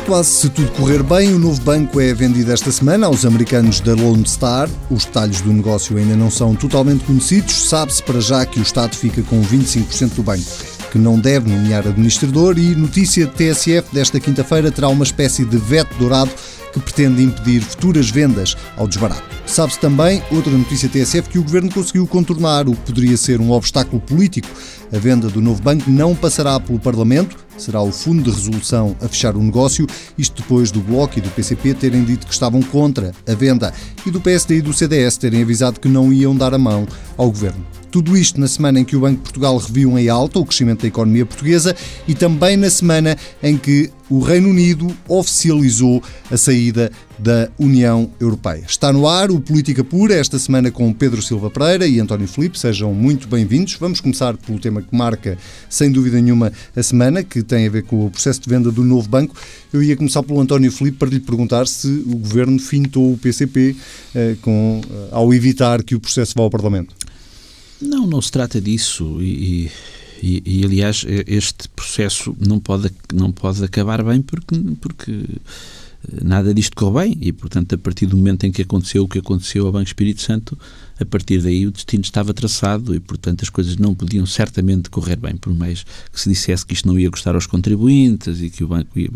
quase se tudo correr bem, o novo banco é vendido esta semana aos americanos da Lone Star. Os detalhes do negócio ainda não são totalmente conhecidos. Sabe-se para já que o Estado fica com 25% do banco, que não deve nomear administrador, e notícia de TSF desta quinta-feira terá uma espécie de veto dourado que pretende impedir futuras vendas ao desbarato. Sabe-se também, outra notícia TSF, que o Governo conseguiu contornar o que poderia ser um obstáculo político. A venda do novo banco não passará pelo Parlamento, será o Fundo de Resolução a fechar o negócio, isto depois do Bloco e do PCP terem dito que estavam contra a venda e do PSD e do CDS terem avisado que não iam dar a mão ao Governo. Tudo isto na semana em que o Banco de Portugal reviu em alta o crescimento da economia portuguesa e também na semana em que o Reino Unido oficializou a saída da União Europeia. Está no ar o Política Pura, esta semana com Pedro Silva Pereira e António Filipe. Sejam muito bem-vindos. Vamos começar pelo tema que marca, sem dúvida nenhuma, a semana, que tem a ver com o processo de venda do novo banco. Eu ia começar pelo António Filipe para lhe perguntar se o Governo fintou o PCP ao evitar que o processo vá ao Parlamento. Não se trata disso e aliás, este processo não pode acabar bem porque nada disto correu bem e, portanto, a partir do momento em que aconteceu o que aconteceu ao Banco Espírito Santo, a partir daí o destino estava traçado e, portanto, as coisas não podiam certamente correr bem, por mais que se dissesse que isto não ia custar aos contribuintes e que o banco ia...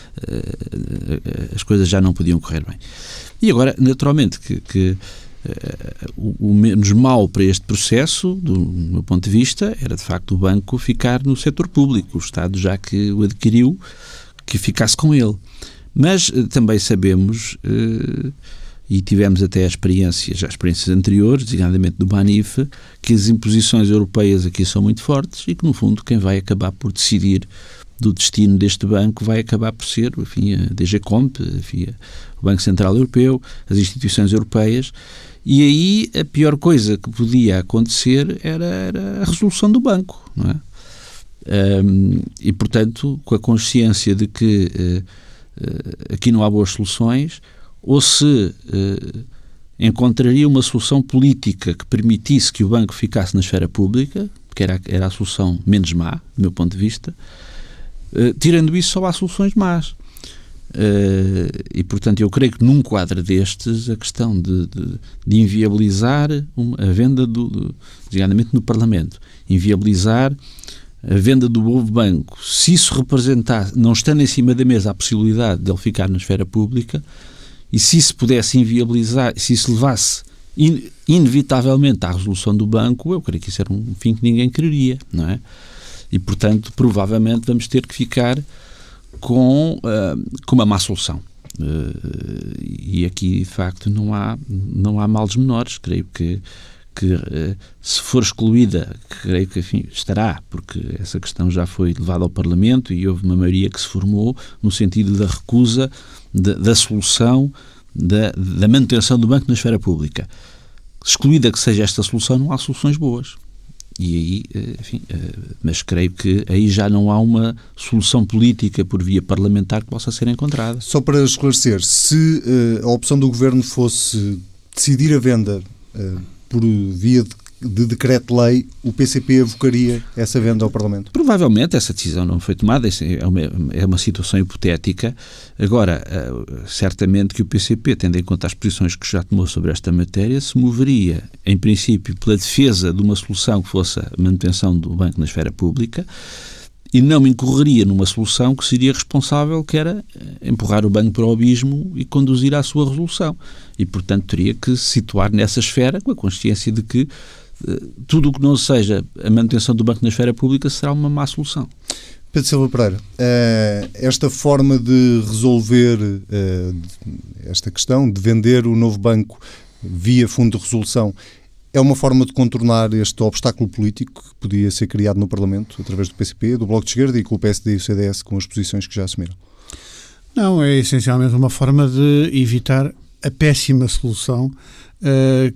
as coisas já não podiam correr bem. E agora, naturalmente, o menos mau para este processo, do meu ponto de vista, era de facto o banco ficar no setor público, o Estado, já que o adquiriu, que ficasse com ele. Mas também sabemos, e tivemos até as experiências anteriores, designadamente do Banif, que as imposições europeias aqui são muito fortes e que, no fundo, quem vai acabar por decidir do destino deste banco vai acabar por ser, enfim, a DG-Comp, enfim, o Banco Central Europeu, as instituições europeias. E aí a pior coisa que podia acontecer era a resolução do banco, não é? E, portanto, com a consciência de que aqui não há boas soluções, ou se encontraria uma solução política que permitisse que o banco ficasse na esfera pública, que era a solução menos má, do meu ponto de vista, tirando isso só há soluções más. E, portanto, eu creio que num quadro destes a questão de inviabilizar a venda designadamente no Parlamento, inviabilizar a venda do novo banco, se isso representar, não estando em cima da mesa, a possibilidade de ele ficar na esfera pública, e se isso pudesse inviabilizar, se isso levasse inevitavelmente à resolução do banco, eu creio que isso era um fim que ninguém quereria, não é? E, portanto, provavelmente vamos ter que ficar com uma má solução. E aqui, de facto, não há males menores. Creio que se for excluída, creio que, enfim, estará, porque essa questão já foi levada ao Parlamento e houve uma maioria que se formou no sentido da recusa da solução da manutenção do banco na esfera pública. Excluída que seja esta solução, não há soluções boas. E aí, enfim, mas creio que aí já não há uma solução política por via parlamentar que possa ser encontrada. Só para esclarecer, se a opção do Governo fosse decidir a venda por via de decreto-lei, o PCP avocaria essa venda ao Parlamento? Provavelmente essa decisão não foi tomada, é uma situação hipotética. Agora, certamente que o PCP, tendo em conta as posições que já tomou sobre esta matéria, se moveria, em princípio, pela defesa de uma solução que fosse a manutenção do banco na esfera pública e não incorreria numa solução que seria responsável, que era empurrar o banco para o abismo e conduzir à sua resolução. E, portanto, teria que se situar nessa esfera com a consciência de que tudo o que não seja a manutenção do banco na esfera pública será uma má solução. Pedro Silva Pereira, esta forma de resolver esta questão, de vender o novo banco via fundo de resolução, é uma forma de contornar este obstáculo político que podia ser criado no Parlamento através do PCP, do Bloco de Esquerda e com o PSD e o CDS, com as posições que já assumiram? Não, é essencialmente uma forma de evitar a péssima solução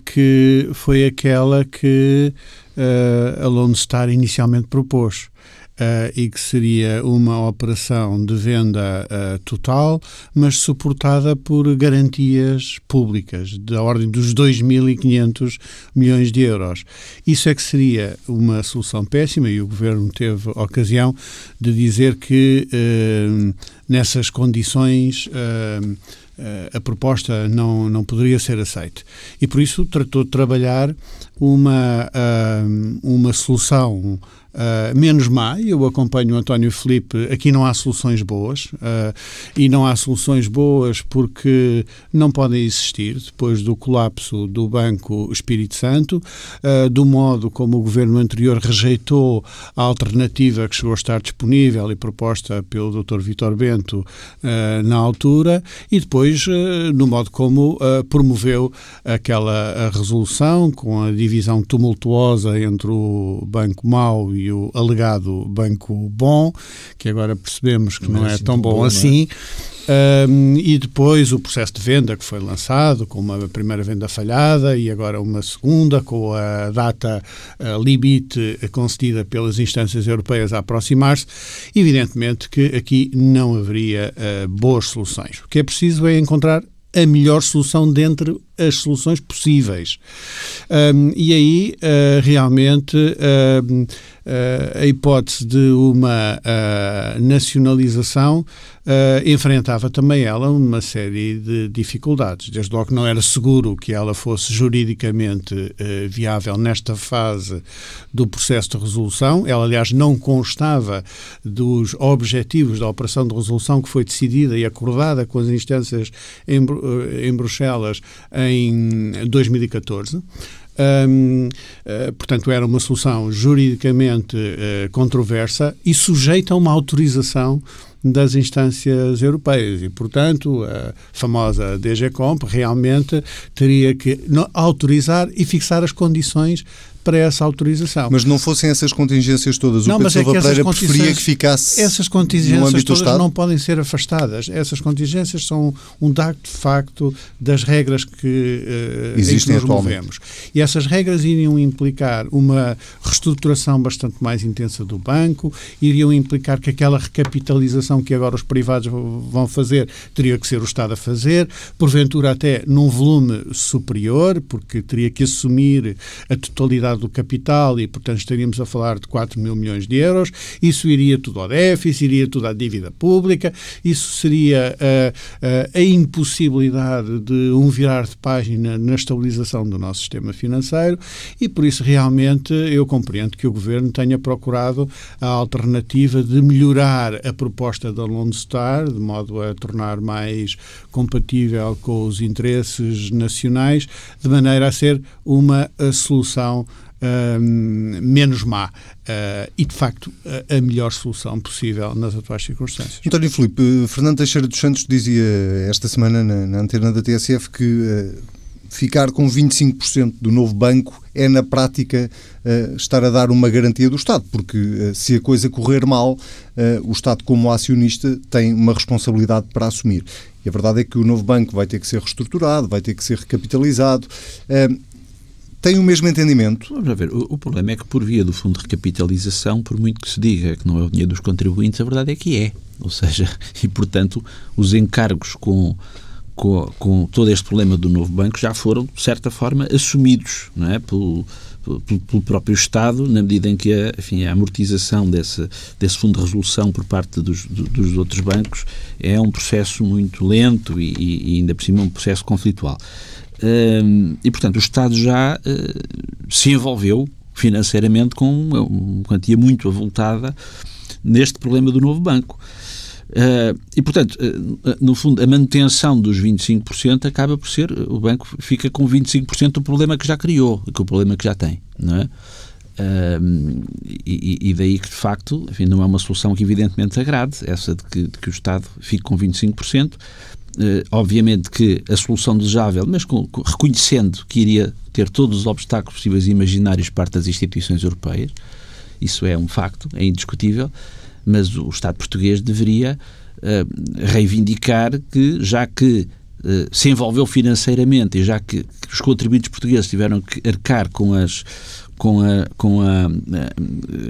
que foi aquela que a Lone Star inicialmente propôs. e que seria uma operação de venda total, mas suportada por garantias públicas, da ordem dos 2.500 milhões de euros. Isso é que seria uma solução péssima, e o Governo teve a ocasião de dizer que nessas condições a proposta não poderia ser aceita. E por isso tratou de trabalhar uma solução menos má. Eu acompanho o António Filipe, aqui não há soluções boas, e não há soluções boas porque não podem existir depois do colapso do Banco Espírito Santo, do modo como o governo anterior rejeitou a alternativa que chegou a estar disponível e proposta pelo Dr. Vítor Bento na altura, e depois no modo como promoveu aquela resolução com a divisão tumultuosa entre o Banco Mau e o alegado Banco Bom, que agora percebemos que não é tão bom assim. E depois o processo de venda que foi lançado, com uma primeira venda falhada e agora uma segunda, com a data limite concedida pelas instâncias europeias a aproximar-se. Evidentemente que aqui não haveria boas soluções. O que é preciso é encontrar a melhor solução dentre as soluções possíveis. E aí, realmente, a hipótese de uma nacionalização enfrentava também ela uma série de dificuldades. Desde logo não era seguro que ela fosse juridicamente viável nesta fase do processo de resolução. Ela, aliás, não constava dos objetivos da operação de resolução que foi decidida e acordada com as instâncias em Bruxelas em 2014. Portanto, era uma solução juridicamente controversa e sujeita a uma autorização das instâncias europeias e, portanto, a famosa DG-Comp realmente teria que autorizar e fixar as condições para essa autorização. Mas não fossem essas contingências todas? O Pedro Silva Pereira preferia que ficasse essas contingências todas não podem ser afastadas. Essas contingências são um dado de facto das regras que existem em que nos atualmente. movemos. E essas regras iriam implicar uma reestruturação bastante mais intensa do banco, iriam implicar que aquela recapitalização que agora os privados vão fazer teria que ser o Estado a fazer, porventura até num volume superior, porque teria que assumir a totalidade do capital e, portanto, estaríamos a falar de 4 mil milhões de euros. Isso iria tudo ao déficit, iria tudo à dívida pública. Isso seria a impossibilidade de um virar de página na estabilização do nosso sistema financeiro e, por isso, realmente, eu compreendo que o Governo tenha procurado a alternativa de melhorar a proposta da Lone Star, de modo a tornar mais compatível com os interesses nacionais, de maneira a ser uma solução menos má e, de facto, a melhor solução possível nas atuais circunstâncias. António Filipe, Fernando Teixeira dos Santos dizia esta semana na antena da TSF que ficar com 25% do novo banco é, na prática, estar a dar uma garantia do Estado, porque se a coisa correr mal, o Estado, como acionista, tem uma responsabilidade para assumir. E a verdade é que o novo banco vai ter que ser reestruturado, vai ter que ser recapitalizado. Tem o mesmo entendimento? Vamos ver. O problema é que, por via do fundo de recapitalização, por muito que se diga que não é o dinheiro dos contribuintes, a verdade é que é. Ou seja, e portanto, os encargos com todo este problema do novo banco já foram, de certa forma, assumidos, não é? Pelo próprio Estado, na medida em que a amortização desse fundo de resolução por parte dos outros bancos é um processo muito lento e ainda por cima um processo conflitual. E, portanto, o Estado já se envolveu financeiramente com uma quantia muito avultada neste problema do novo banco. E, portanto, no fundo, a manutenção dos 25% acaba por ser, o banco fica com 25% do problema que já criou, que o problema que já tem, não é? E daí que, de facto, enfim, não é uma solução que evidentemente agrade, essa de que o Estado fique com 25%. Obviamente que a solução desejável, mas reconhecendo que iria ter todos os obstáculos possíveis e imaginários por parte das instituições europeias, isso é um facto, é indiscutível, mas o Estado português deveria reivindicar que, já que se envolveu financeiramente e já que os contribuintes portugueses tiveram que arcar com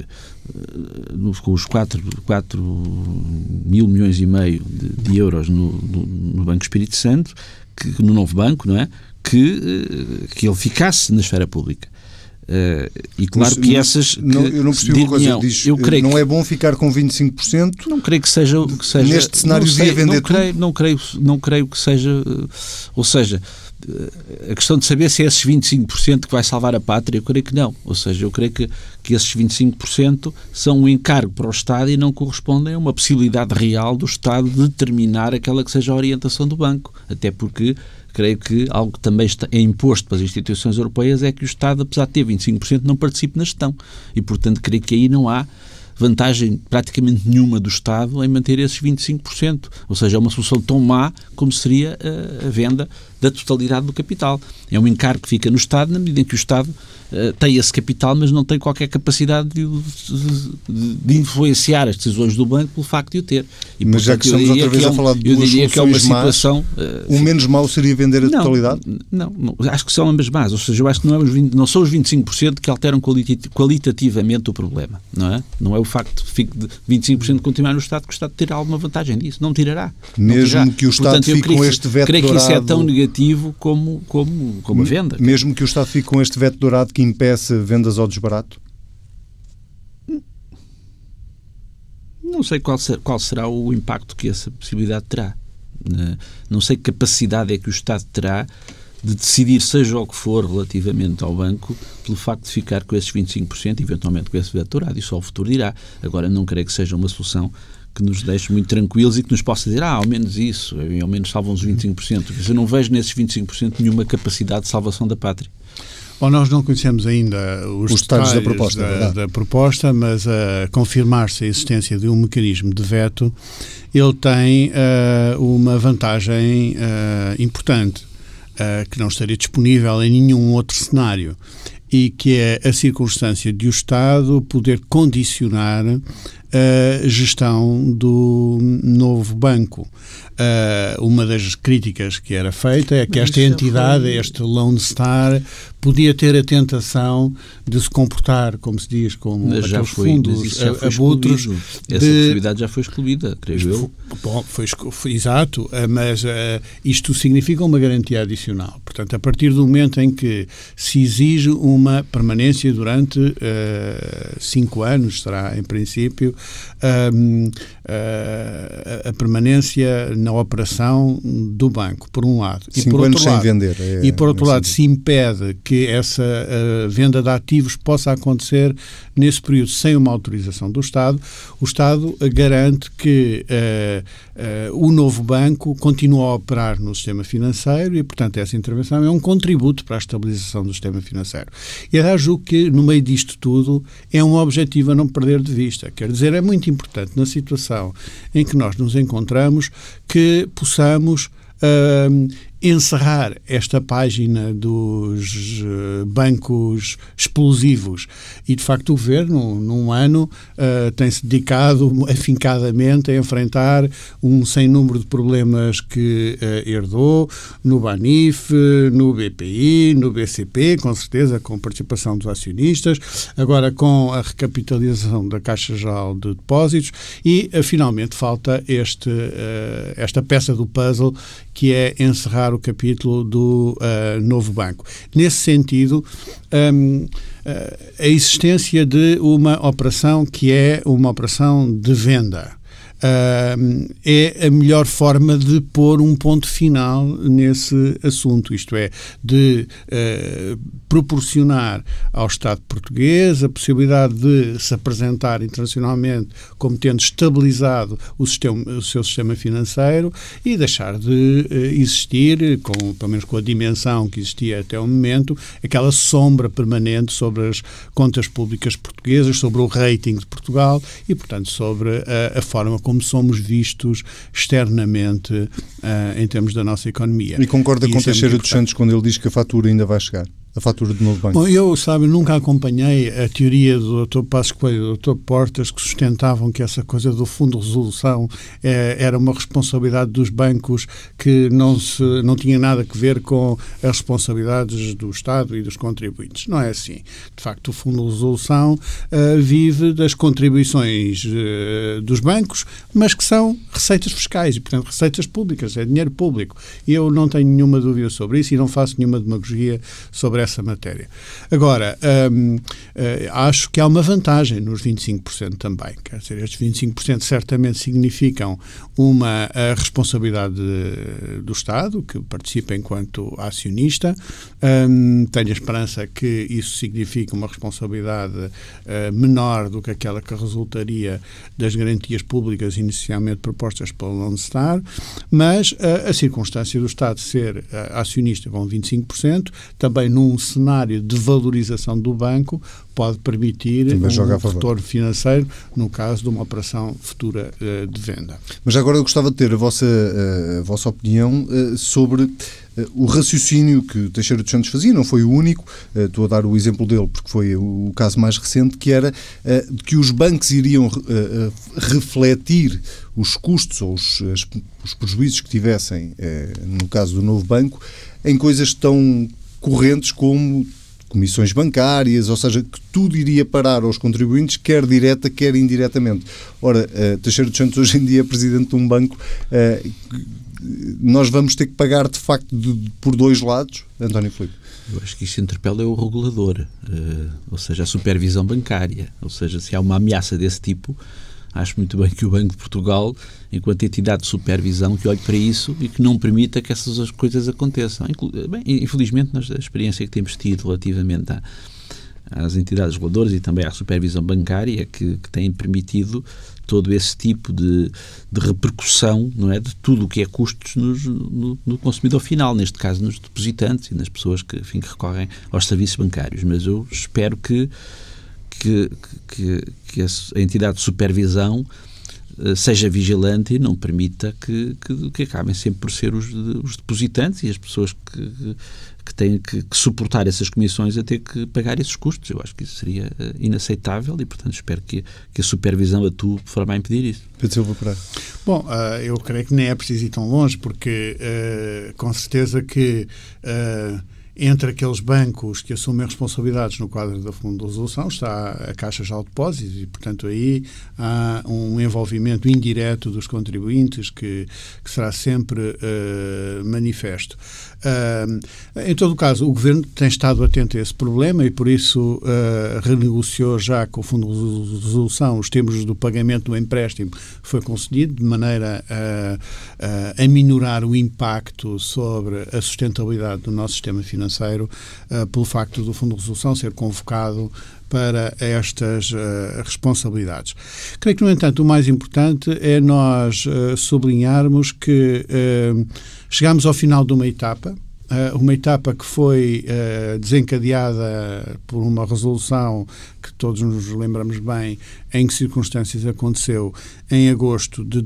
com os 4 mil milhões e meio de euros no Banco Espírito Santo, no novo banco, não é? Que ele ficasse na esfera pública. E claro que essas... eu não percebi uma coisa. Não é bom ficar com 25%? Não creio que seja neste cenário devia vender tudo? Não creio que seja... Ou seja, a questão de saber se é esses 25% que vai salvar a pátria, eu creio que não. Ou seja, eu creio que esses 25% são um encargo para o Estado e não correspondem a uma possibilidade real do Estado de determinar aquela que seja a orientação do banco. Até porque creio que algo que também é imposto pelas instituições europeias é que o Estado, apesar de ter 25%, não participe na gestão. E, portanto, creio que aí não há vantagem praticamente nenhuma do Estado em manter esses 25%. Ou seja, é uma solução tão má como seria a venda da totalidade do capital. É um encargo que fica no Estado, na medida em que o Estado tem esse capital, mas não tem qualquer capacidade de influenciar as decisões do banco pelo facto de o ter. E, mas portanto, já que estamos outra vez a falar de duas soluções más, o menos mau seria vender a totalidade? Não, acho que são ambas más. Ou seja, eu acho que não são os 25% que alteram qualitativamente o problema. Não é? Não é o facto de 25% continuar no Estado que o Estado terá alguma vantagem disso. Não tirará. Mesmo que o Estado fique com este veto dourado... Creio que isso é tão negativo como a venda. Mesmo que o Estado fique com este veto dourado que impeça vendas ao desbarato? Não sei qual será o impacto que essa possibilidade terá. Não sei que capacidade é que o Estado terá de decidir, seja o que for, relativamente ao banco, pelo facto de ficar com esses 25%, eventualmente com esse veto dourado. Isso só o futuro dirá. Agora, não creio que seja uma solução que nos deixe muito tranquilos e que nos possa dizer, ao menos isso, ao menos salvam os 25%. Eu não vejo nesses 25% nenhuma capacidade de salvação da pátria. Bom, nós não conhecemos ainda os detalhes da proposta, mas a confirmar-se a existência de um mecanismo de veto, ele tem uma vantagem importante, que não estaria disponível em nenhum outro cenário, e que é a circunstância de o Estado poder condicionar a gestão do novo banco. Uma das críticas que era feita é que esta entidade, este Lone Star, podia ter a tentação de se comportar, como se diz, como aqueles fundos abutres. Essa possibilidade já foi excluída, creio eu. Bom, foi exato, mas isto significa uma garantia adicional. Portanto, a partir do momento em que se exige uma permanência durante 5 anos, será em princípio, a permanência na operação do banco, por um lado. 5 anos sem vender. E por outro lado, se impede que essa venda de ativos possa acontecer nesse período sem uma autorização do Estado, o Estado garante que o novo banco continua a operar no sistema financeiro e, portanto, essa intervenção é um contributo para a estabilização do sistema financeiro. E eu julgo que, no meio disto tudo, é um objetivo a não perder de vista. Quer dizer, é muito importante na situação em que nós nos encontramos que possamos encerrar esta página dos bancos explosivos. E, de facto, o Governo, num ano, tem-se dedicado afincadamente a enfrentar um sem número de problemas que herdou no BANIF, no BPI, no BCP, com certeza, com participação dos acionistas, agora com a recapitalização da Caixa Geral de Depósitos e, finalmente, falta esta peça do puzzle, que é encerrar o capítulo do novo banco. Nesse sentido, a existência de uma operação que é uma operação de venda é a melhor forma de pôr um ponto final nesse assunto, isto é, de proporcionar ao Estado português a possibilidade de se apresentar internacionalmente como tendo estabilizado o seu sistema financeiro e deixar de existir, pelo menos com a dimensão que existia até o momento, aquela sombra permanente sobre as contas públicas portuguesas, sobre o rating de Portugal e, portanto, sobre a forma como somos vistos externamente em termos da nossa economia. E concorda com Teixeira dos Santos quando ele diz que a fatura ainda vai chegar? a fatura do novo banco? Bom, eu, nunca acompanhei a teoria do Dr. Passos Coelho e do Dr. Portas, que sustentavam que essa coisa do fundo de resolução era uma responsabilidade dos bancos que não tinha nada a ver com as responsabilidades do Estado e dos contribuintes. Não é assim. De facto, o fundo de resolução vive das contribuições dos bancos, mas que são receitas fiscais e, portanto, receitas públicas, é dinheiro público. E eu não tenho nenhuma dúvida sobre isso e não faço nenhuma demagogia sobre essa matéria. Agora, acho que há uma vantagem nos 25% também. Quer dizer, estes 25% certamente significam uma responsabilidade do Estado, que participa enquanto acionista. Tenho a esperança que isso significa uma responsabilidade menor do que aquela que resultaria das garantias públicas inicialmente propostas pela Lone Star, mas a circunstância do Estado ser acionista com 25%, também num cenário de valorização do banco, pode permitir um retorno financeiro no caso de uma operação futura de venda. Mas agora eu gostava de ter a vossa opinião sobre o raciocínio que Teixeira dos Santos fazia, não foi o único, estou a dar o exemplo dele porque foi o caso mais recente, que era de que os bancos iriam refletir os custos ou os prejuízos que tivessem, no caso do novo banco, em coisas tão correntes como comissões bancárias, ou seja, que tudo iria parar aos contribuintes, quer direta, quer indiretamente. Ora, Teixeira dos Santos hoje em dia é presidente de um banco, nós vamos ter que pagar de facto por dois lados, António Filipe? Eu acho que isso interpela o regulador, ou seja, a supervisão bancária, ou seja, se há uma ameaça desse tipo, acho muito bem que o Banco de Portugal, enquanto entidade de supervisão, que olhe para isso e que não permita que essas coisas aconteçam. Bem, infelizmente, a experiência que temos tido relativamente às entidades reguladoras e também à supervisão bancária, que têm permitido todo esse tipo de repercussão, não é, de tudo o que é custos no consumidor final, neste caso nos depositantes e nas pessoas que recorrem aos serviços bancários. Mas eu espero que a entidade de supervisão seja vigilante e não permita que acabem sempre por ser os depositantes e as pessoas que têm que suportar essas comissões a ter que pagar esses custos. Eu acho que isso seria inaceitável e, portanto, espero que a supervisão atue de forma a impedir isso. Pedro Silva Pereira. Bom, eu creio que nem é preciso ir tão longe, porque com certeza que entre aqueles bancos que assumem responsabilidades no quadro da Fundo de Resolução está a Caixa de Depósitos e, portanto, aí há um envolvimento indireto dos contribuintes que será sempre manifesto. Em todo o caso, o Governo tem estado atento a esse problema e, por isso, renegociou já com o Fundo de Resolução os termos do pagamento do empréstimo que foi concedido, de maneira a minorar o impacto sobre a sustentabilidade do nosso sistema financeiro pelo facto do Fundo de Resolução ser convocado para estas responsabilidades. Creio que, no entanto, o mais importante é nós sublinharmos que chegamos ao final de uma etapa que foi desencadeada por uma resolução que todos nos lembramos bem em que circunstâncias aconteceu em agosto de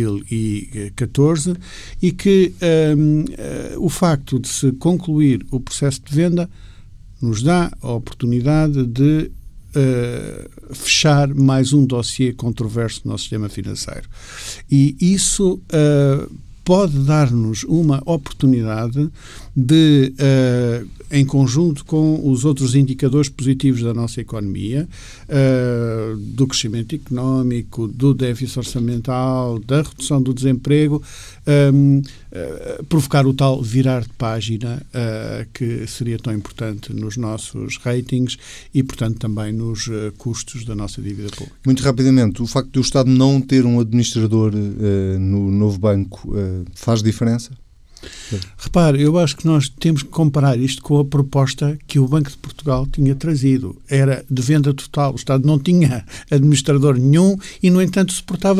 2014 e que o facto de se concluir o processo de venda nos dá a oportunidade de fechar mais um dossiê controverso no nosso sistema financeiro. E isso pode dar-nos uma oportunidade de, em conjunto com os outros indicadores positivos da nossa economia, do crescimento económico, do déficit orçamental, da redução do desemprego, provocar o tal virar de página que seria tão importante nos nossos ratings e, portanto, também nos custos da nossa dívida pública. Muito rapidamente, o facto do Estado não ter um administrador no novo banco faz diferença? Repare, eu acho que nós temos que comparar isto com a proposta que o Banco de Portugal tinha trazido. Era de venda total. O Estado não tinha administrador nenhum e, no entanto, suportava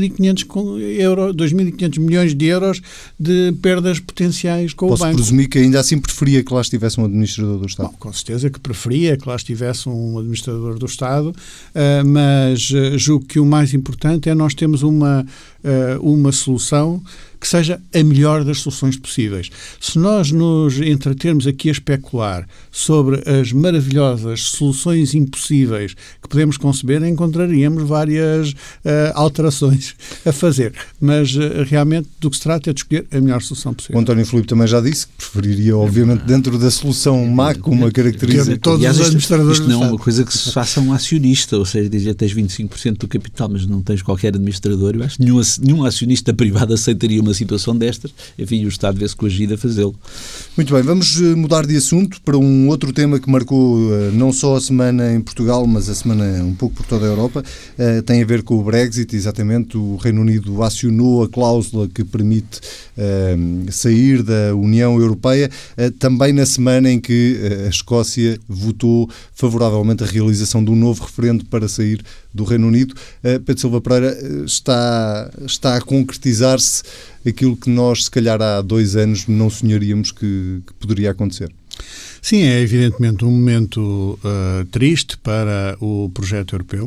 2.500 milhões de euros de perdas potenciais com o banco. Posso presumir que ainda assim preferia que lá estivesse um administrador do Estado? Bom, com certeza que preferia que lá estivesse um administrador do Estado, mas julgo que o mais importante é nós termos uma solução que seja a melhor das soluções possíveis. Se nós nos entretermos aqui a especular sobre as maravilhosas soluções impossíveis que podemos conceber, encontraríamos várias alterações a fazer. Mas realmente do que se trata é de escolher a melhor solução possível. O António Filipe também já disse que preferiria, obviamente, dentro da solução má, como a caracteriza. Aliás, isto não é uma coisa que se faça um acionista, ou seja, dizer tens 25% do capital, mas não tens qualquer administrador. Eu acho que nenhum acionista privado aceitaria uma situação destas. Enfim, o Estado vê-se coagido a fazê-lo. Muito bem, vamos mudar de assunto para um outro tema que marcou não só a semana em Portugal, mas a semana um pouco por toda a Europa. Tem a ver com o Brexit, exatamente. O Reino Unido acionou a cláusula que permite sair da União Europeia, também na semana em que a Escócia votou favoravelmente a realização de um novo referendo para sair do Reino Unido. Pedro Silva Pereira, está a concretizar-se aquilo que nós, se calhar, há 2 anos não sonharíamos que poderia acontecer. Sim, é evidentemente um momento triste para o projeto europeu.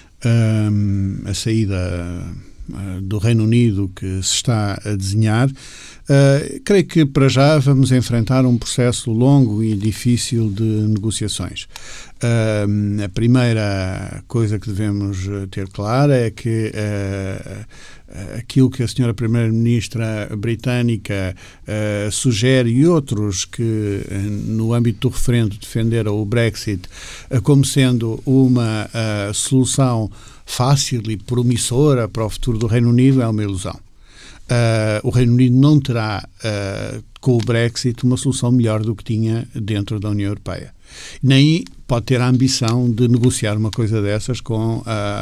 A saída do Reino Unido que se está a desenhar. Creio que para já vamos enfrentar um processo longo e difícil de negociações. A primeira coisa que devemos ter clara é que aquilo que a senhora Primeira-Ministra britânica sugere e outros que no âmbito do referendo defenderam o Brexit como sendo uma solução fácil e promissora para o futuro do Reino Unido é uma ilusão. O Reino Unido não terá, com o Brexit, uma solução melhor do que tinha dentro da União Europeia. Nem pode ter a ambição de negociar uma coisa dessas com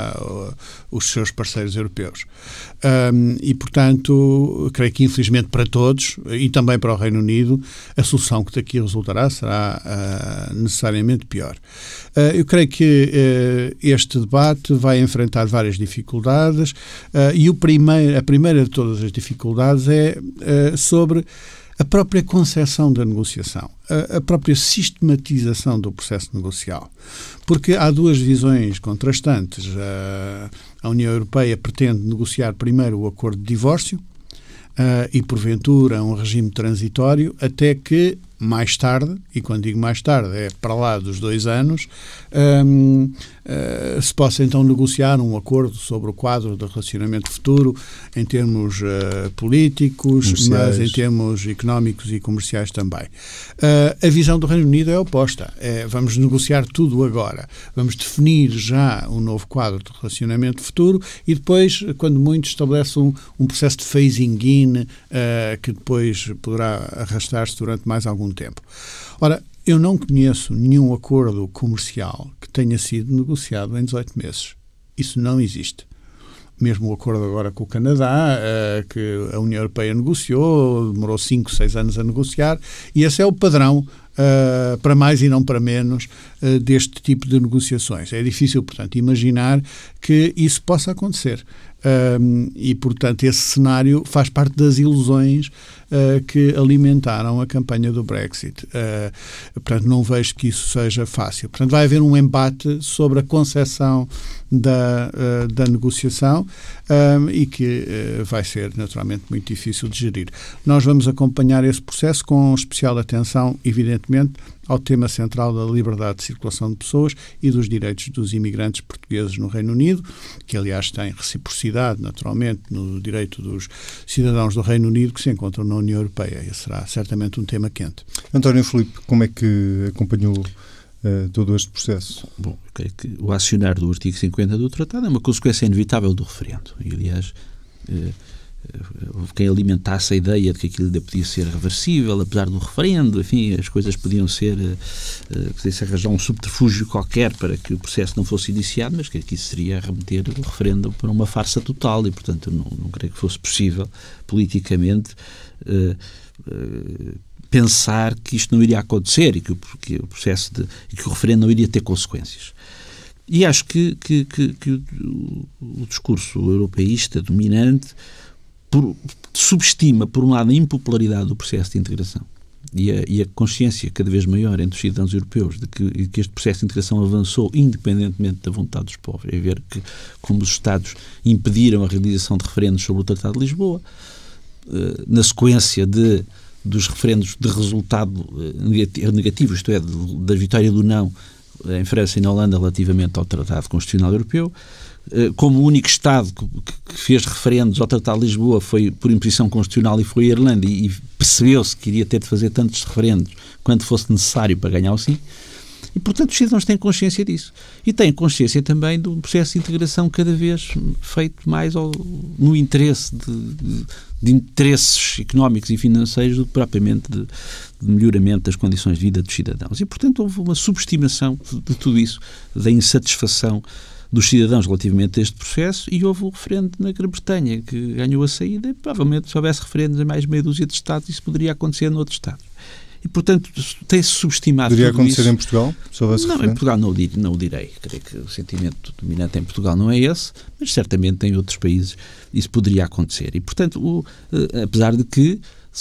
os seus parceiros europeus. E, portanto, creio que, infelizmente, para todos, e também para o Reino Unido, a solução que daqui resultará será necessariamente pior. Eu creio que este debate vai enfrentar várias dificuldades e a primeira de todas as dificuldades é sobre a própria concepção da negociação, a própria sistematização do processo negocial. Porque há 2 visões contrastantes. A União Europeia pretende negociar primeiro o acordo de divórcio e, porventura, um regime transitório, até que mais tarde, e quando digo mais tarde é para lá dos 2 anos, se possa então negociar um acordo sobre o quadro do relacionamento futuro em termos políticos, mas em termos económicos e comerciais também. A visão do Reino Unido é oposta. Vamos negociar tudo agora. Vamos definir já um novo quadro de relacionamento futuro e depois, quando muito, estabelece um processo de phasing in que depois poderá arrastar-se durante mais algum tempo. Ora, eu não conheço nenhum acordo comercial que tenha sido negociado em 18 meses. Isso não existe. Mesmo o acordo agora com o Canadá, que a União Europeia negociou, demorou 5, 6 anos a negociar, e esse é o padrão, para mais e não para menos, deste tipo de negociações. É difícil, portanto, imaginar que isso possa acontecer. E, portanto, esse cenário faz parte das ilusões que alimentaram a campanha do Brexit. Portanto, não vejo que isso seja fácil. Portanto, vai haver um embate sobre a concepção da negociação e que vai ser, naturalmente, muito difícil de gerir. Nós vamos acompanhar esse processo com especial atenção, evidentemente, ao tema central da liberdade de circulação de pessoas e dos direitos dos imigrantes portugueses no Reino Unido, que, aliás, tem reciprocidade, naturalmente, no direito dos cidadãos do Reino Unido que se encontram na União Europeia. Esse será certamente um tema quente. António Filipe, como é que acompanhou todo este processo? Bom, eu creio que o acionar do artigo 50 do Tratado é uma consequência inevitável do referendo. E, aliás, quem alimentasse a ideia de que aquilo ainda podia ser reversível, apesar do referendo, enfim, as coisas podia-se arranjar um subterfúgio qualquer para que o processo não fosse iniciado, mas que aqui seria remeter o referendo para uma farsa total e, portanto, não creio que fosse possível politicamente pensar que isto não iria acontecer e que o processo e que o referendo não iria ter consequências. E acho que o discurso europeísta dominante subestima, por um lado, a impopularidade do processo de integração e a consciência cada vez maior entre os cidadãos europeus de que este processo de integração avançou independentemente da vontade dos povos. É ver que como os Estados impediram a realização de referendos sobre o Tratado de Lisboa, na sequência dos referendos de resultado negativo, isto é, da vitória do não em França e na Holanda relativamente ao Tratado Constitucional Europeu. Como o único Estado que fez referendos ao Tratado de Lisboa foi por imposição constitucional e foi a Irlanda, e percebeu-se que iria ter de fazer tantos referendos quanto fosse necessário para ganhar o sim. E, portanto, os cidadãos têm consciência disso. E têm consciência também do processo de integração cada vez feito mais no interesse de interesses económicos e financeiros do que propriamente de melhoramento das condições de vida dos cidadãos. E, portanto, houve uma subestimação de tudo isso, da insatisfação dos cidadãos relativamente a este processo, e houve o referendo na Grã-Bretanha que ganhou a saída, e provavelmente se houvesse referendos em mais meia dúzia de Estados, isso poderia acontecer noutros Estados. E, portanto, tem-se subestimado tudo isso. Poderia acontecer em Portugal? Se houvesse não, referendo? em Portugal não o direi. Creio que o sentimento dominante em Portugal não é esse, mas certamente em outros países isso poderia acontecer. E, portanto, apesar de que,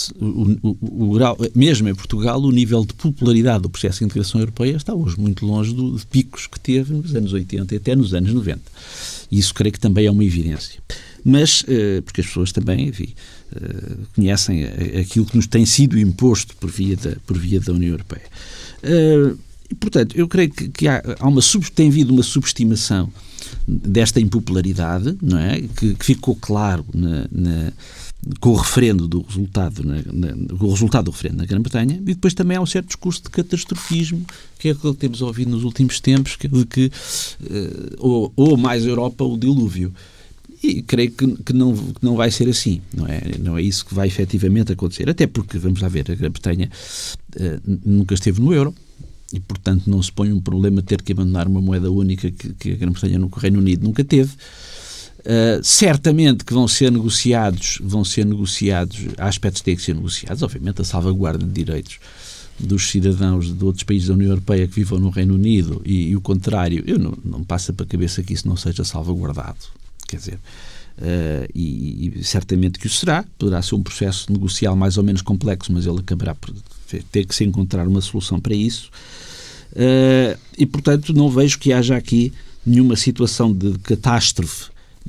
mesmo em Portugal, o nível de popularidade do processo de integração europeia está hoje muito longe de picos que teve nos anos 80 e até nos anos 90. E isso creio que também é uma evidência. Mas, porque as pessoas também, enfim, conhecem aquilo que nos tem sido imposto por via da União Europeia. E, portanto, eu creio que tem havido uma subestimação desta impopularidade, não é? Que ficou claro com o referendo do resultado, com o resultado do referendo na Grã-Bretanha, e depois também há um certo discurso de catastrofismo, que é o que temos ouvido nos últimos tempos, que é de que ou mais Europa ou dilúvio. E creio que não vai ser assim, não é isso que vai efetivamente acontecer, até porque, vamos lá ver, a Grã-Bretanha nunca esteve no euro, e, portanto, não se põe um problema de ter que abandonar uma moeda única que a Grã-Bretanha no Reino Unido nunca teve. Certamente que vão ser negociados, há aspectos que têm que ser negociados, obviamente a salvaguarda de direitos dos cidadãos de outros países da União Europeia que vivam no Reino Unido e o contrário, não me passa para a cabeça que isso não seja salvaguardado, quer dizer, e certamente que o será, poderá ser um processo negocial mais ou menos complexo, mas ele acabará por ter que se encontrar uma solução para isso, e, portanto, não vejo que haja aqui nenhuma situação de catástrofe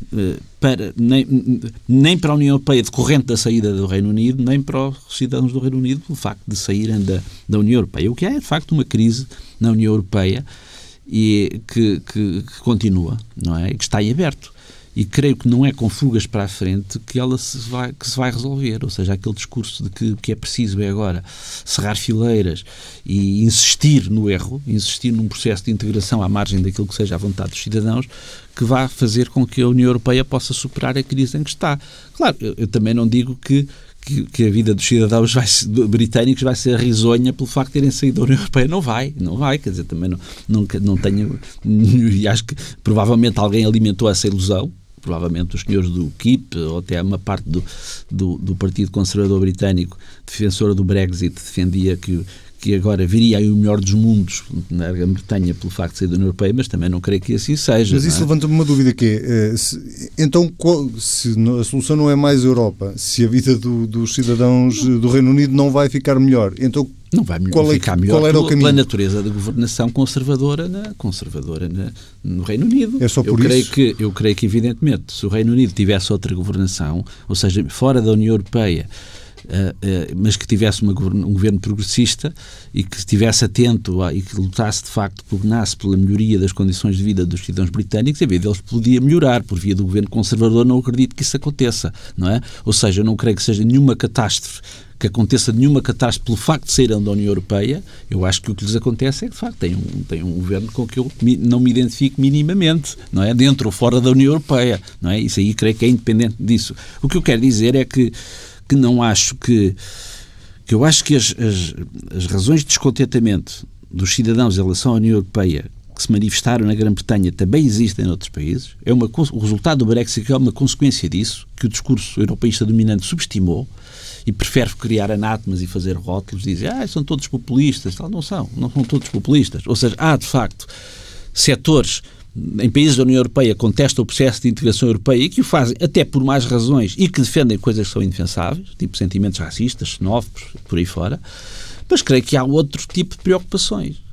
nem para a União Europeia decorrente da saída do Reino Unido, nem para os cidadãos do Reino Unido pelo facto de saírem da União Europeia. O que é, de facto, uma crise na União Europeia e que continua, não é? E que está em aberto. E creio que não é com fugas para a frente que se vai resolver. Ou seja, aquele discurso de que o que é preciso é agora cerrar fileiras e insistir no erro, insistir num processo de integração à margem daquilo que seja a vontade dos cidadãos, que vá fazer com que a União Europeia possa superar a crise em que está. Claro, eu também não digo que a vida dos cidadãos britânicos vai ser risonha pelo facto de terem saído da União Europeia. Não vai, quer dizer, também não tenho, e acho que provavelmente alguém alimentou essa ilusão, provavelmente os senhores do UKIP ou até uma parte do Partido Conservador Britânico, defensora do Brexit, defendia que agora viria aí o melhor dos mundos na Grã-Bretanha pelo facto de sair da União Europeia, mas também não creio que assim seja. Mas isso levanta-me uma dúvida que é, então, se a solução não é mais Europa, se a vida dos cidadãos do Reino Unido não vai ficar melhor, então não vai ficar melhor pela natureza da governação conservadora no Reino Unido. É só por isso? Eu creio que, evidentemente, se o Reino Unido tivesse outra governação, ou seja, fora da União Europeia, mas que tivesse um governo progressista e que estivesse atento e que lutasse de facto, pugnasse pela melhoria das condições de vida dos cidadãos britânicos, a vida deles podia melhorar. Por via do governo conservador não acredito que isso aconteça, não é? Ou seja, eu não creio que seja nenhuma catástrofe, que aconteça nenhuma catástrofe pelo facto de saírem da União Europeia. Eu acho que o que lhes acontece é que de facto tem um governo com que eu não me identifico minimamente, não é? Dentro ou fora da União Europeia, não é? Isso aí creio que é independente disso. O que eu quero dizer é que não acho que eu acho que as razões de descontentamento dos cidadãos em relação à União Europeia que se manifestaram na Grã-Bretanha também existem noutros países. O resultado do Brexit é uma consequência disso, que o discurso europeísta dominante subestimou e prefere criar anátemas e fazer rótulos, dizer, são todos populistas. Não são todos populistas. Ou seja, há de facto setores em países da União Europeia que contestam o processo de integração europeia e que o fazem até por mais razões e que defendem coisas que são indefensáveis, tipo sentimentos racistas, xenófobos, por aí fora, mas creio que há outro tipo de preocupações,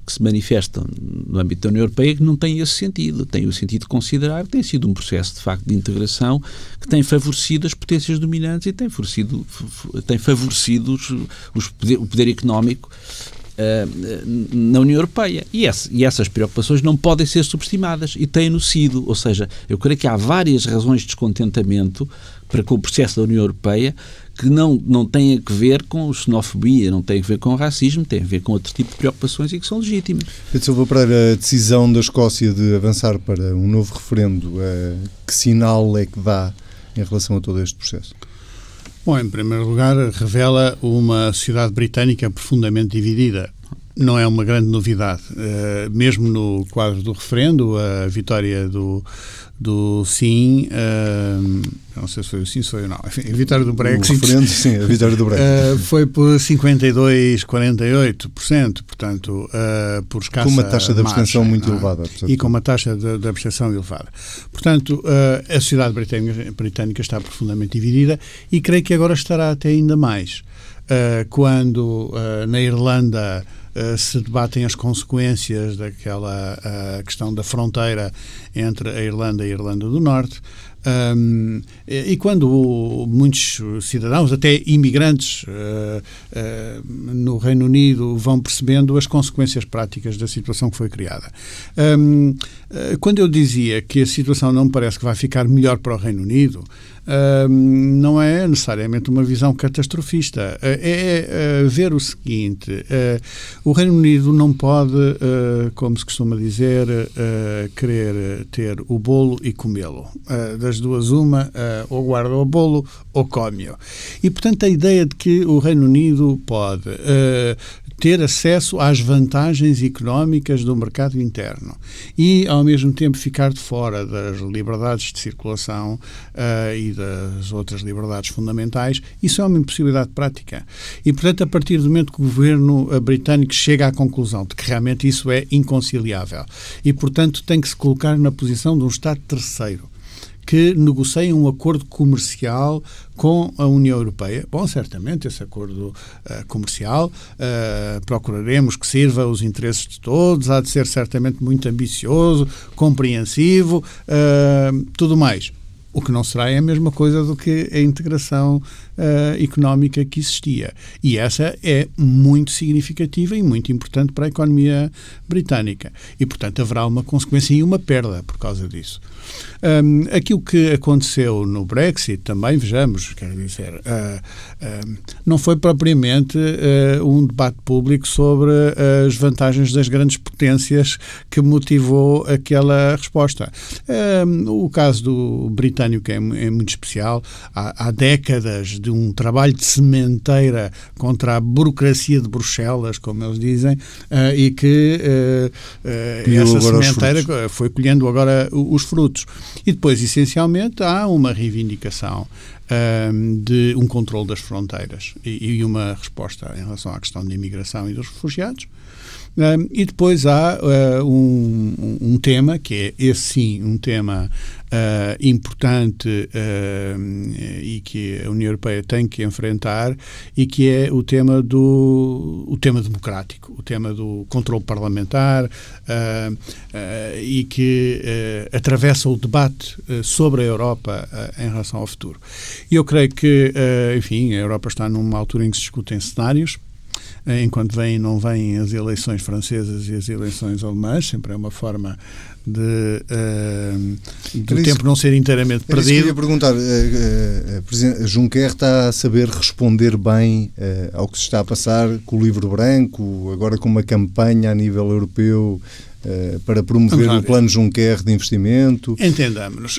que se manifestam no âmbito da União Europeia que não têm esse sentido. Tem o sentido de considerar que tem sido um processo, de facto, de integração que tem favorecido as potências dominantes e tem favorecido o poder económico na União Europeia. E essas preocupações não podem ser subestimadas e têm-no sido. Ou seja, eu creio que há várias razões de descontentamento para com o processo da União Europeia que não têm a ver com xenofobia, não têm a ver com racismo, têm a ver com outro tipo de preocupações e que são legítimas. Pedro Silva Pereira, a decisão da Escócia de avançar para um novo referendo, que sinal é que dá em relação a todo este processo? Bom, em primeiro lugar, revela uma sociedade britânica profundamente dividida. Não é uma grande novidade. Mesmo no quadro do referendo, a vitória do sim, não sei se foi o sim, se foi o não, enfim, a vitória do Brexit. O referendo, sim, a vitória do Brexit. Foi por 52,48%, portanto, por escassa com uma taxa de abstenção muito elevada. E com uma taxa de abstenção elevada. Portanto, a sociedade britânica está profundamente dividida e creio que agora estará até ainda mais. Quando na Irlanda se debatem as consequências daquela questão da fronteira entre a Irlanda e a Irlanda do Norte, e quando muitos cidadãos, até imigrantes no Reino Unido, vão percebendo as consequências práticas da situação que foi criada. Quando eu dizia que a situação não me parece que vai ficar melhor para o Reino Unido, não é necessariamente uma visão catastrofista. É ver o seguinte: o Reino Unido não pode, como se costuma dizer, querer ter o bolo e comê-lo. Das duas, uma, ou guarda o bolo ou come-o. E, portanto, a ideia de que o Reino Unido pode ter acesso às vantagens económicas do mercado interno e, ao mesmo tempo, ficar de fora das liberdades de circulação e das outras liberdades fundamentais, isso é uma impossibilidade prática. E, portanto, a partir do momento que o governo britânico chega à conclusão de que realmente isso é inconciliável e, portanto, tem que se colocar na posição de um Estado terceiro que negocia um acordo comercial com a União Europeia. Bom, certamente esse acordo comercial procuraremos que sirva os interesses de todos, há de ser certamente muito ambicioso, compreensivo, tudo mais. O que não será é a mesma coisa do que a integração económica que existia. E essa é muito significativa e muito importante para a economia britânica. E, portanto, haverá uma consequência e uma perda por causa disso. Aquilo que aconteceu no Brexit também, vejamos, quero dizer, não foi propriamente um debate público sobre as vantagens das grandes potências que motivou aquela resposta. O caso do britânico é muito especial. Há décadas de um trabalho de sementeira contra a burocracia de Bruxelas, como eles dizem, e que essa sementeira foi colhendo agora os frutos. E depois, essencialmente, há uma reivindicação de um controle das fronteiras e uma resposta em relação à questão da imigração e dos refugiados. E depois há um tema que é, esse sim, um tema importante e que a União Europeia tem que enfrentar, e que é o tema democrático, o tema do controle parlamentar, e que atravessa o debate sobre a Europa em relação ao futuro. E eu creio que, enfim, a Europa está numa altura em que se discutem cenários. Enquanto não vêm as eleições francesas e as eleições alemãs, sempre é uma forma de do tempo não ser inteiramente perdido. Eu queria perguntar, Presidente Juncker está a saber responder bem ao que se está a passar com o livro branco, agora com uma campanha a nível europeu para promover o plano Juncker de investimento? Entendamos-nos.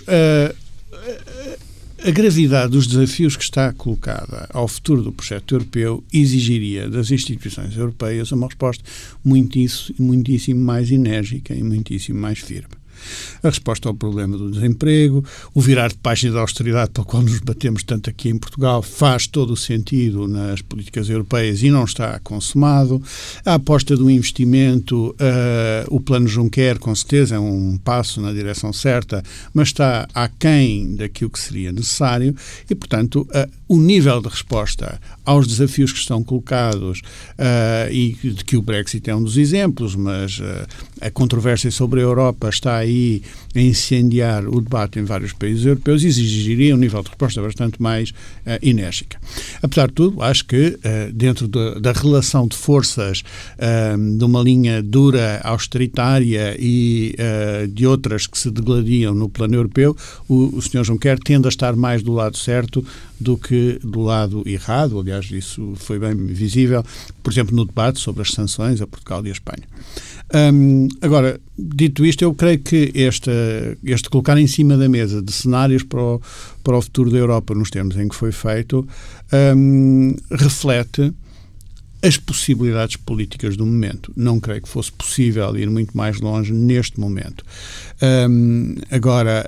A gravidade dos desafios que está colocada ao futuro do projeto europeu exigiria das instituições europeias uma resposta muitíssimo mais enérgica e muitíssimo mais firme. A resposta ao problema do desemprego, o virar de página da austeridade pelo qual nos batemos tanto aqui em Portugal, faz todo o sentido nas políticas europeias e não está consumado. A aposta do investimento, o plano Juncker, com certeza, é um passo na direção certa, mas está aquém daquilo que seria necessário e, portanto, o nível de resposta aos desafios que estão colocados, e de que o Brexit é um dos exemplos, mas a controvérsia sobre a Europa está aí a incendiar o debate em vários países europeus, exigiria um nível de resposta bastante mais enérgica. Apesar de tudo, acho que dentro da relação de forças de uma linha dura, austeritária e de outras que se degladiam no plano europeu, o Sr. Juncker tende a estar mais do lado certo do que do lado errado. Aliás, isso foi bem visível, por exemplo, no debate sobre as sanções a Portugal e a Espanha. Agora, dito isto, eu creio que este colocar em cima da mesa de cenários para o futuro da Europa, nos termos em que foi feito, reflete as possibilidades políticas do momento. Não creio que fosse possível ir muito mais longe neste momento. Agora,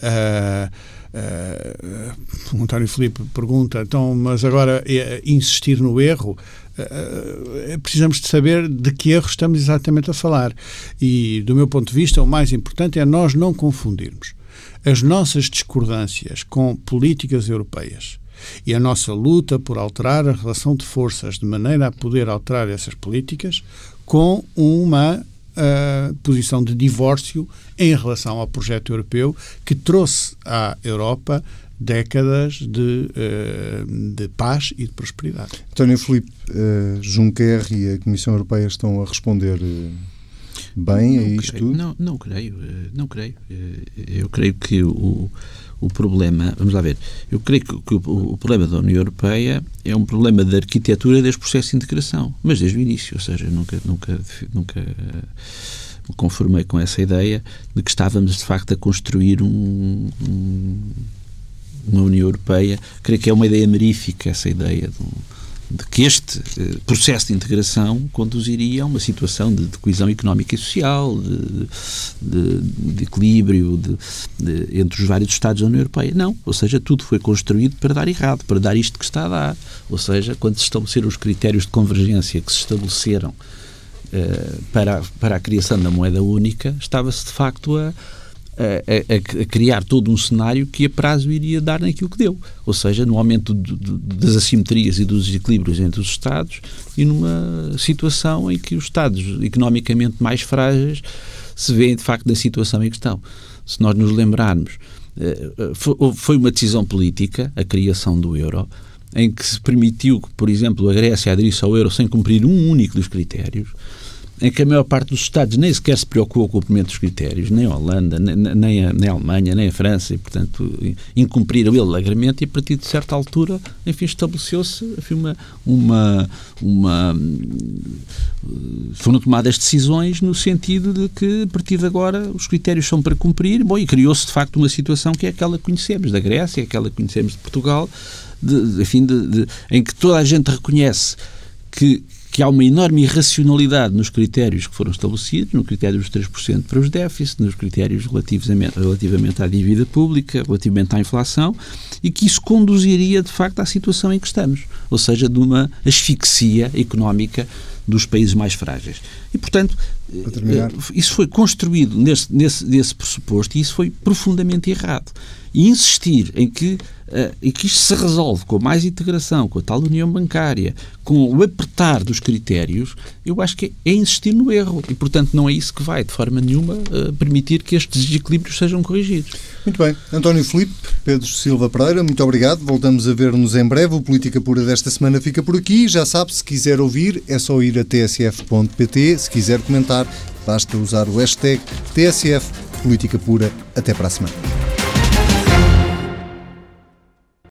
o António Filipe pergunta, então, mas agora insistir no erro? Precisamos de saber de que erro estamos exatamente a falar. E, do meu ponto de vista, o mais importante é nós não confundirmos as nossas discordâncias com políticas europeias e a nossa luta por alterar a relação de forças de maneira a poder alterar essas políticas com uma posição de divórcio em relação ao projeto europeu que trouxe à Europa décadas de paz e de prosperidade. António Filipe, Juncker e a Comissão Europeia estão a responder bem a isto tudo? Não creio. Eu creio que o problema, vamos lá ver, eu creio que o problema da União Europeia é um problema de arquitetura deste processo de integração, mas desde o início, ou seja, nunca me conformei com essa ideia de que estávamos de facto a construir uma União Europeia. Creio que é uma ideia merífica essa ideia de que este processo de integração conduziria a uma situação de coesão económica e social, de equilíbrio entre os vários Estados da União Europeia. Não, ou seja, tudo foi construído para dar errado, para dar isto que está a dar. Ou seja, quando se estabeleceram os critérios de convergência que se estabeleceram para a criação da moeda única, estava-se de facto a criar todo um cenário que a prazo iria dar naquilo que deu, ou seja, no aumento das assimetrias e dos desequilíbrios entre os Estados e numa situação em que os Estados economicamente mais frágeis se veem de facto na situação em que estão. Se nós nos lembrarmos, foi uma decisão política, a criação do euro, em que se permitiu que, por exemplo, a Grécia aderisse ao euro sem cumprir um único dos critérios, em que a maior parte dos Estados nem sequer se preocupou com o cumprimento dos critérios, nem a Holanda, nem a Alemanha, nem a França, e, portanto, incumpriram ele alegremente, e a partir de certa altura, enfim, estabeleceu-se, enfim, foram tomadas decisões no sentido de que, a partir de agora, os critérios são para cumprir, e criou-se, de facto, uma situação que é aquela que conhecemos da Grécia, aquela que conhecemos de Portugal, em que toda a gente reconhece que há uma enorme irracionalidade nos critérios que foram estabelecidos, no critério dos 3% para os déficits, nos critérios relativamente à dívida pública, relativamente à inflação, e que isso conduziria, de facto, à situação em que estamos, ou seja, de uma asfixia económica dos países mais frágeis. E, portanto, isso foi construído nesse pressuposto, e isso foi profundamente errado. E insistir em que isto se resolve com mais integração, com a tal união bancária, com o apertar dos critérios, eu acho que é insistir no erro. E, portanto, não é isso que vai, de forma nenhuma, permitir que estes desequilíbrios sejam corrigidos. Muito bem. António Filipe, Pedro Silva Pereira, muito obrigado. Voltamos a ver-nos em breve. O Política Pura desta semana fica por aqui. Já sabe, se quiser ouvir, é só ir a tsf.pt. Se quiser comentar, basta usar o hashtag TSF Política Pura. Até para a semana.